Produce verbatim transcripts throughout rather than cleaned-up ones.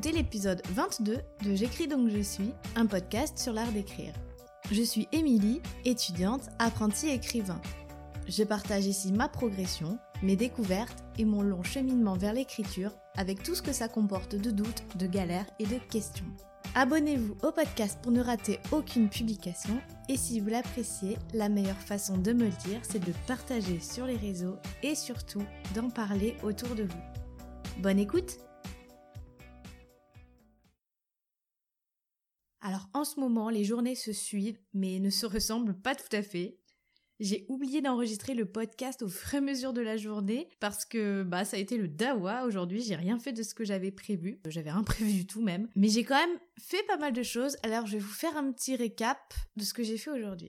écoutez l'épisode vingt-deux de J'écris donc je suis, un podcast sur l'art d'écrire. Je suis Émilie, étudiante, apprentie écrivain. Je partage ici ma progression, mes découvertes et mon long cheminement vers l'écriture avec tout ce que ça comporte de doutes, de galères et de questions. Abonnez-vous au podcast pour ne rater aucune publication et si vous l'appréciez, la meilleure façon de me le dire, c'est de partager sur les réseaux et surtout d'en parler autour de vous. Bonne écoute! Alors en ce moment, les journées se suivent mais ne se ressemblent pas tout à fait. J'ai oublié d'enregistrer le podcast au fur et à mesure de la journée parce que bah ça a été le dawa aujourd'hui, j'ai rien fait de ce que j'avais prévu, j'avais rien prévu du tout même, mais j'ai quand même fait pas mal de choses, alors je vais vous faire un petit récap de ce que j'ai fait aujourd'hui.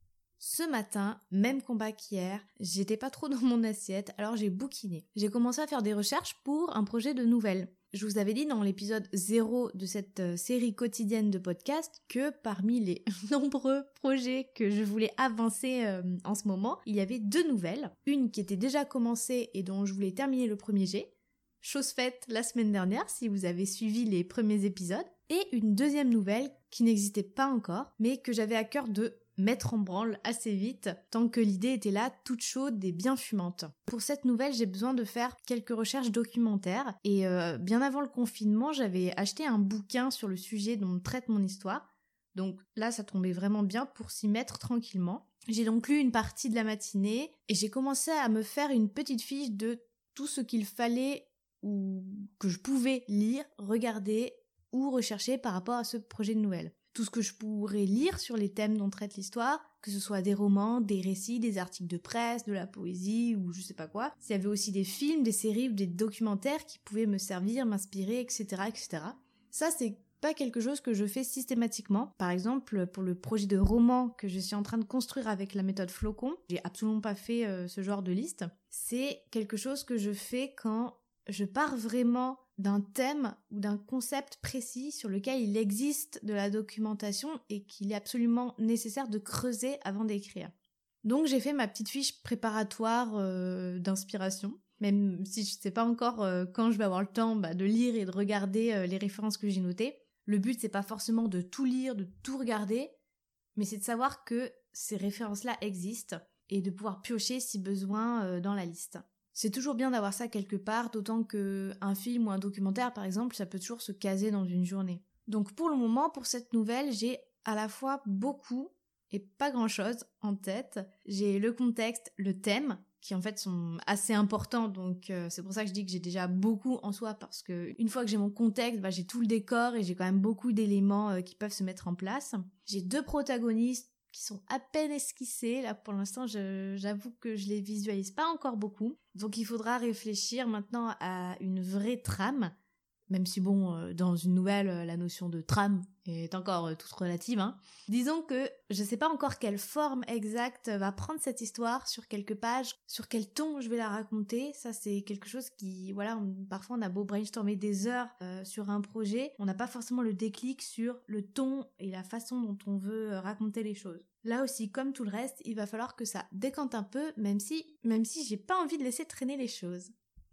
Ce matin, même combat qu'hier, j'étais pas trop dans mon assiette, alors j'ai bouquiné. J'ai commencé à faire des recherches pour un projet de nouvelle. Je vous avais dit dans l'épisode zéro de cette série quotidienne de podcasts que parmi les nombreux projets que je voulais avancer euh, en ce moment, il y avait deux nouvelles. Une qui était déjà commencée et dont je voulais terminer le premier jet, chose faite la semaine dernière si vous avez suivi les premiers épisodes, et une deuxième nouvelle qui n'existait pas encore, mais que j'avais à cœur de mettre en branle assez vite, tant que l'idée était là, toute chaude et bien fumante. Pour cette nouvelle, j'ai besoin de faire quelques recherches documentaires, et euh, bien avant le confinement, j'avais acheté un bouquin sur le sujet dont traite mon histoire, donc là ça tombait vraiment bien pour s'y mettre tranquillement. J'ai donc lu une partie de la matinée, et j'ai commencé à me faire une petite fiche de tout ce qu'il fallait, ou que je pouvais lire, regarder, ou rechercher par rapport à ce projet de nouvelle. Tout ce que je pourrais lire sur les thèmes dont traite l'histoire, que ce soit des romans, des récits, des articles de presse, de la poésie ou je sais pas quoi. Il y avait aussi des films, des séries ou des documentaires qui pouvaient me servir, m'inspirer, et cetera, et cetera. Ça, c'est pas quelque chose que je fais systématiquement. Par exemple, pour le projet de roman que je suis en train de construire avec la méthode Flocon, j'ai absolument pas fait euh, ce genre de liste. C'est quelque chose que je fais quand je pars vraiment d'un thème ou d'un concept précis sur lequel il existe de la documentation et qu'il est absolument nécessaire de creuser avant d'écrire. Donc j'ai fait ma petite fiche préparatoire euh, d'inspiration, même si je sais pas encore euh, quand je vais avoir le temps bah, de lire et de regarder euh, les références que j'ai notées. Le but c'est pas forcément de tout lire, de tout regarder, mais c'est de savoir que ces références-là existent et de pouvoir piocher si besoin euh, dans la liste. C'est toujours bien d'avoir ça quelque part, d'autant qu'un film ou un documentaire, par exemple, ça peut toujours se caser dans une journée. Donc pour le moment, pour cette nouvelle, j'ai à la fois beaucoup et pas grand-chose en tête. J'ai le contexte, le thème, qui en fait sont assez importants, donc euh, c'est pour ça que je dis que j'ai déjà beaucoup en soi, parce que une fois que j'ai mon contexte, bah, j'ai tout le décor et j'ai quand même beaucoup d'éléments euh, qui peuvent se mettre en place. J'ai deux protagonistes qui sont à peine esquissés. Là, pour l'instant, je, j'avoue que je les visualise pas encore beaucoup. Donc, il faudra réfléchir maintenant à une vraie trame, même si, bon, euh, dans une nouvelle, euh, la notion de trame est encore euh, toute relative, hein. Disons que je sais pas encore quelle forme exacte va prendre cette histoire, sur quelques pages, sur quel ton je vais la raconter. Ça, c'est quelque chose qui, voilà, on, parfois on a beau brainstormer des heures euh, sur un projet, on n'a pas forcément le déclic sur le ton et la façon dont on veut euh, raconter les choses. Là aussi, comme tout le reste, il va falloir que ça décante un peu, même si, même si j'ai pas envie de laisser traîner les choses.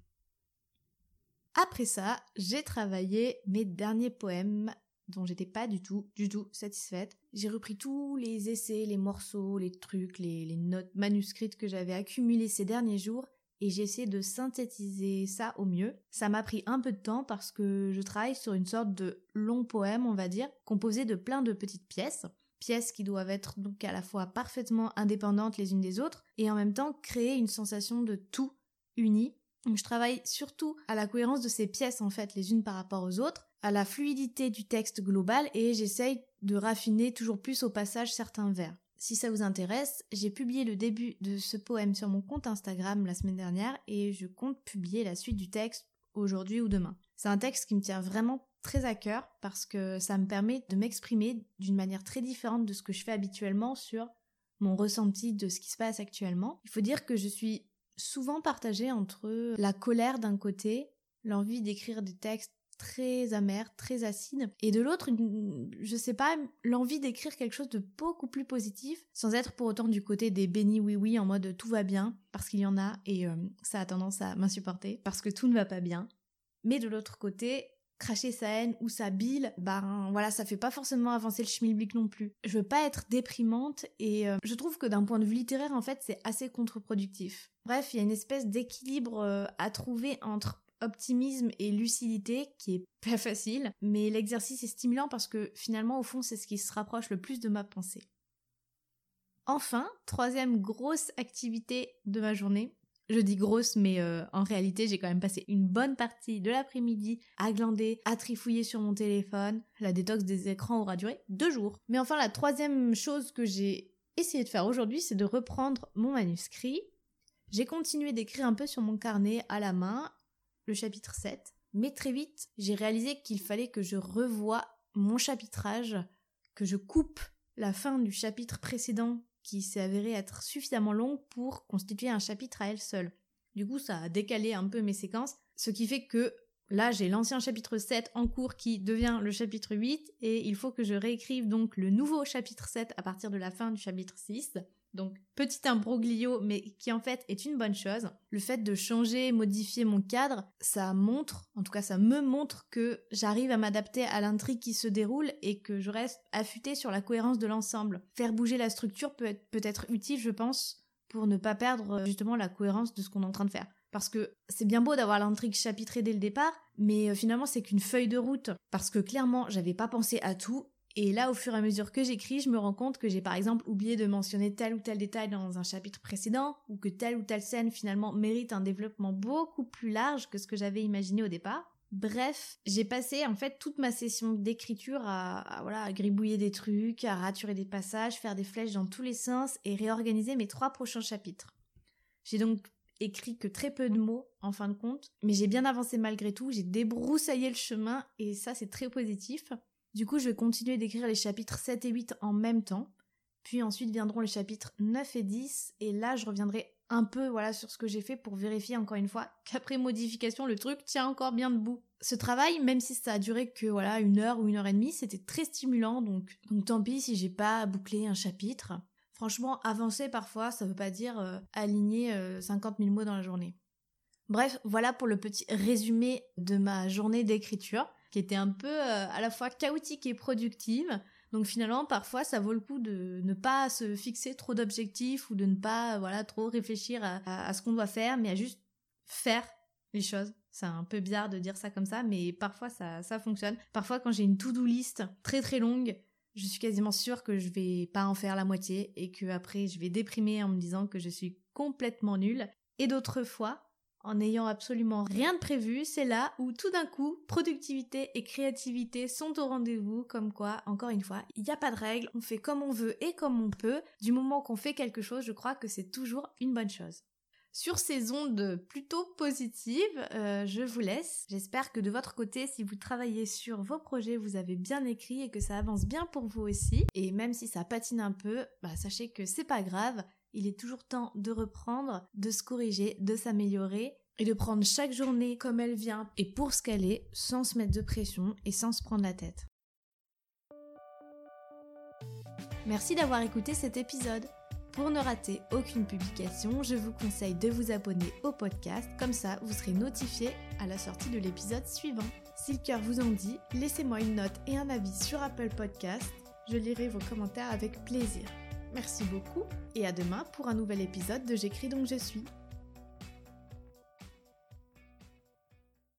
Après ça, j'ai travaillé mes derniers poèmes dont j'étais pas du tout, du tout satisfaite. J'ai repris tous les essais, les morceaux, les trucs, les, les notes manuscrites que j'avais accumulées ces derniers jours et j'ai essayé de synthétiser ça au mieux. Ça m'a pris un peu de temps parce que je travaille sur une sorte de long poème, on va dire, composé de plein de petites pièces. Pièces qui doivent être donc à la fois parfaitement indépendantes les unes des autres et en même temps créer une sensation de tout uni. Donc je travaille surtout à la cohérence de ces pièces en fait les unes par rapport aux autres, à la fluidité du texte global et j'essaye de raffiner toujours plus au passage certains vers. Si ça vous intéresse, j'ai publié le début de ce poème sur mon compte Instagram la semaine dernière et je compte publier la suite du texte aujourd'hui ou demain. C'est un texte qui me tient vraiment très à cœur parce que ça me permet de m'exprimer d'une manière très différente de ce que je fais habituellement sur mon ressenti de ce qui se passe actuellement. Il faut dire que je suis souvent partagée entre la colère d'un côté, l'envie d'écrire des textes très amers, très acides, et de l'autre, une, je sais pas, l'envie d'écrire quelque chose de beaucoup plus positif, sans être pour autant du côté des bénis oui-oui en mode tout va bien, parce qu'il y en a, et euh, ça a tendance à m'insupporter, parce que tout ne va pas bien. Mais de l'autre côté, cracher sa haine ou sa bile, ben voilà, ça fait pas forcément avancer le schmilblick non plus. Je veux pas être déprimante et euh, je trouve que d'un point de vue littéraire, en fait, c'est assez contre-productif. Bref, il y a une espèce d'équilibre euh, à trouver entre optimisme et lucidité qui est pas facile, mais l'exercice est stimulant parce que finalement, au fond, c'est ce qui se rapproche le plus de ma pensée. Enfin, troisième grosse activité de ma journée. Je dis grosse, mais euh, en réalité, j'ai quand même passé une bonne partie de l'après-midi à glander, à trifouiller sur mon téléphone. La détox des écrans aura duré deux jours. Mais enfin, la troisième chose que j'ai essayé de faire aujourd'hui, c'est de reprendre mon manuscrit. J'ai continué d'écrire un peu sur mon carnet à la main, le chapitre sept. Mais très vite, j'ai réalisé qu'il fallait que je revoie mon chapitrage, que je coupe la fin du chapitre précédent qui s'est avérée être suffisamment longue pour constituer un chapitre à elle seule. Du coup, ça a décalé un peu mes séquences, ce qui fait que là, j'ai l'ancien chapitre sept en cours qui devient le chapitre huit, et il faut que je réécrive donc le nouveau chapitre sept à partir de la fin du chapitre six. Donc, petit imbroglio, mais qui en fait est une bonne chose. Le fait de changer, modifier mon cadre, ça montre, en tout cas ça me montre que j'arrive à m'adapter à l'intrigue qui se déroule et que je reste affûtée sur la cohérence de l'ensemble. Faire bouger la structure peut être, peut être utile, je pense, pour ne pas perdre justement la cohérence de ce qu'on est en train de faire. Parce que c'est bien beau d'avoir l'intrigue chapitrée dès le départ, mais finalement c'est qu'une feuille de route. Parce que clairement, j'avais pas pensé à tout. Et là, au fur et à mesure que j'écris, je me rends compte que j'ai par exemple oublié de mentionner tel ou tel détail dans un chapitre précédent, ou que telle ou telle scène finalement mérite un développement beaucoup plus large que ce que j'avais imaginé au départ. Bref, j'ai passé en fait toute ma session d'écriture à, à, voilà, à gribouiller des trucs, à raturer des passages, faire des flèches dans tous les sens et réorganiser mes trois prochains chapitres. J'ai donc écrit que très peu de mots en fin de compte, mais j'ai bien avancé malgré tout, j'ai débroussaillé le chemin et ça c'est très positif. Du coup, je vais continuer d'écrire les chapitres sept et huit en même temps, puis ensuite viendront les chapitres neuf et dix, et là, je reviendrai un peu voilà, sur ce que j'ai fait pour vérifier encore une fois qu'après modification, le truc tient encore bien debout. Ce travail, même si ça a duré que voilà une heure ou une heure et demie, c'était très stimulant, donc, donc tant pis si j'ai pas bouclé un chapitre. Franchement, avancer parfois, ça veut pas dire euh, aligner euh, cinquante mille mots dans la journée. Bref, voilà pour le petit résumé de ma journée d'écriture, qui était un peu euh, à la fois chaotique et productive. Donc finalement, parfois, ça vaut le coup de ne pas se fixer trop d'objectifs ou de ne pas voilà, trop réfléchir à, à, à ce qu'on doit faire, mais à juste faire les choses. C'est un peu bizarre de dire ça comme ça, mais parfois, ça, ça fonctionne. Parfois, quand j'ai une to-do list très très longue, je suis quasiment sûre que je vais pas en faire la moitié et que après, je vais déprimer en me disant que je suis complètement nulle. Et d'autres fois, en n'ayant absolument rien de prévu, c'est là où tout d'un coup, productivité et créativité sont au rendez-vous, comme quoi, encore une fois, il n'y a pas de règle, on fait comme on veut et comme on peut. Du moment qu'on fait quelque chose, je crois que c'est toujours une bonne chose. Sur ces ondes plutôt positives, euh, je vous laisse. J'espère que de votre côté, si vous travaillez sur vos projets, vous avez bien écrit et que ça avance bien pour vous aussi. Et même si ça patine un peu, bah, sachez que c'est pas grave. Il est toujours temps de reprendre, de se corriger, de s'améliorer et de prendre chaque journée comme elle vient et pour ce qu'elle est, sans se mettre de pression et sans se prendre la tête. Merci d'avoir écouté cet épisode. Pour ne rater aucune publication, je vous conseille de vous abonner au podcast, comme ça vous serez notifié à la sortie de l'épisode suivant. Si le cœur vous en dit, laissez-moi une note et un avis sur Apple Podcast, je lirai vos commentaires avec plaisir. Merci beaucoup et à demain pour un nouvel épisode de J'écris donc je suis.